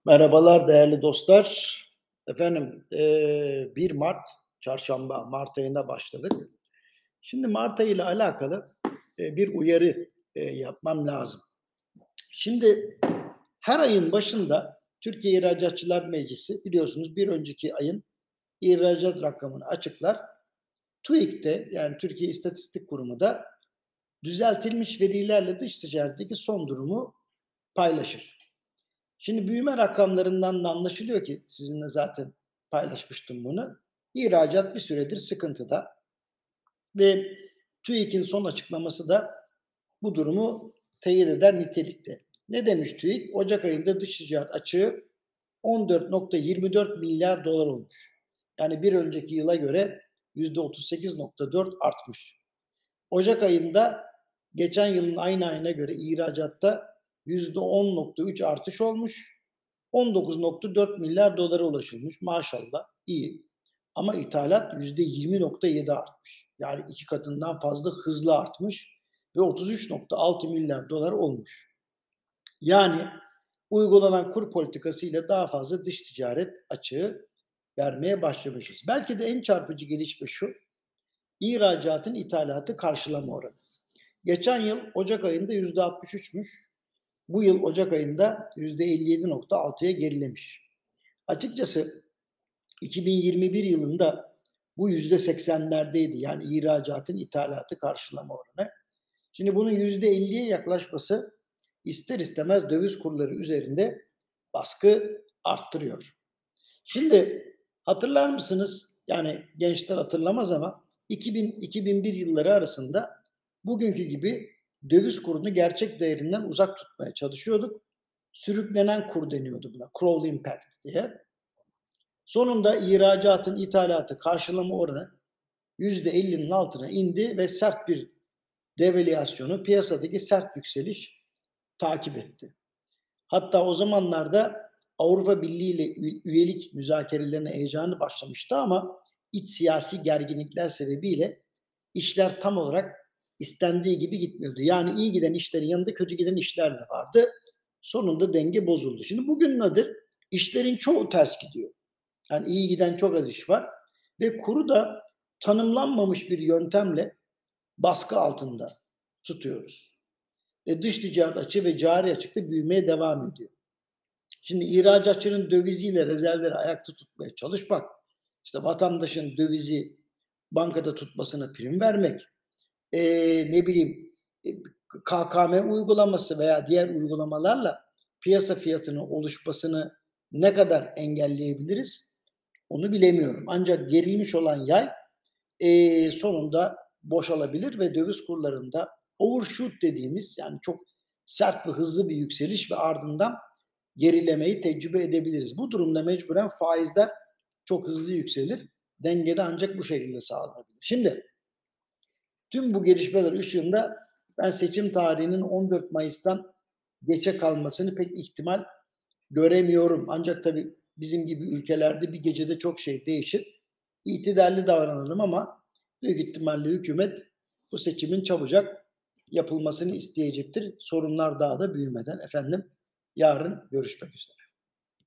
Merhabalar değerli dostlar. Efendim, 1 Mart Çarşamba, Mart ayına başladık. Şimdi Mart ayı ile alakalı, bir uyarı, yapmam lazım. Şimdi her ayın başında Türkiye İhracatçılar Meclisi biliyorsunuz bir önceki ayın ihracat rakamını açıklar. TÜİK'te yani Türkiye İstatistik Kurumu da düzeltilmiş verilerle dış ticaretteki son durumu paylaşır. Şimdi büyüme rakamlarından da anlaşılıyor ki sizinle zaten paylaşmıştım bunu. İhracat bir süredir sıkıntıda ve TÜİK'in son açıklaması da bu durumu teyit eder nitelikte. Ne demiş TÜİK? Ocak ayında dış ticaret açığı 14,24 milyar dolar olmuş. Yani bir önceki yıla göre %38,4 artmış. Ocak ayında geçen yılın aynı ayına göre ihracatta %10,3 artış olmuş. 19,4 milyar dolara ulaşılmış. Maşallah iyi. Ama ithalat %20,7 artmış. Yani 2 katından fazla hızlı artmış ve 33,6 milyar dolar olmuş. Yani uygulanan kur politikası ile daha fazla dış ticaret açığı vermeye başlamışız. Belki de en çarpıcı gelişme şu: İhracatın ithalatı karşılama oranı. Geçen yıl Ocak ayında %63'müş. Bu yıl Ocak ayında %57,6'ya gerilemiş. Açıkçası 2021 yılında bu %80'lerdeydi. Yani ihracatın ithalatı karşılama oranı. Şimdi bunun %50'ye yaklaşması ister istemez döviz kurları üzerinde baskı arttırıyor. Şimdi hatırlar mısınız? Yani gençler hatırlamaz ama 2000-2001 yılları arasında bugünkü gibi döviz kurunu gerçek değerinden uzak tutmaya çalışıyorduk. Sürüklenen kur deniyordu buna. Crawl impact diye. Sonunda ihracatın ithalatı karşılama oranı %50'nin altına indi ve sert bir devalüasyonu, piyasadaki sert yükseliş takip etti. Hatta o zamanlarda Avrupa Birliği ile üyelik müzakerelerine heyecanı başlamıştı ama iç siyasi gerginlikler sebebiyle işler tam olarak istendiği gibi gitmiyordu. Yani iyi giden işlerin yanında kötü giden işler de vardı. Sonunda denge bozuldu. Şimdi bugün nedir? İşlerin çoğu ters gidiyor. Yani iyi giden çok az iş var ve kuru da tanımlanmamış bir yöntemle baskı altında tutuyoruz. Dış ticaret açığı ve cari açıkta büyümeye devam ediyor. Şimdi ihracatçının döviziyle rezervleri ayakta tutmaya çalışmak, işte vatandaşın dövizi bankada tutmasına prim vermek, ne bileyim KKM uygulaması veya diğer uygulamalarla piyasa fiyatının oluşmasını ne kadar engelleyebiliriz onu bilemiyorum. Ancak gerilmiş olan yay sonunda boşalabilir ve döviz kurlarında overshoot dediğimiz yani çok sert ve hızlı bir yükseliş ve ardından gerilemeyi tecrübe edebiliriz. Bu durumda mecburen faizler çok hızlı yükselir. Dengede ancak bu şekilde sağlanabilir. Şimdi tüm bu gelişmeler ışığında ben seçim tarihinin 14 Mayıs'tan geçe kalmasını pek ihtimal göremiyorum. Ancak tabii bizim gibi ülkelerde bir gecede çok şey değişir. İtidalli davranalım ama büyük ihtimalle hükümet bu seçimin çabucak yapılmasını isteyecektir. Sorunlar daha da büyümeden efendim. Yarın görüşmek üzere.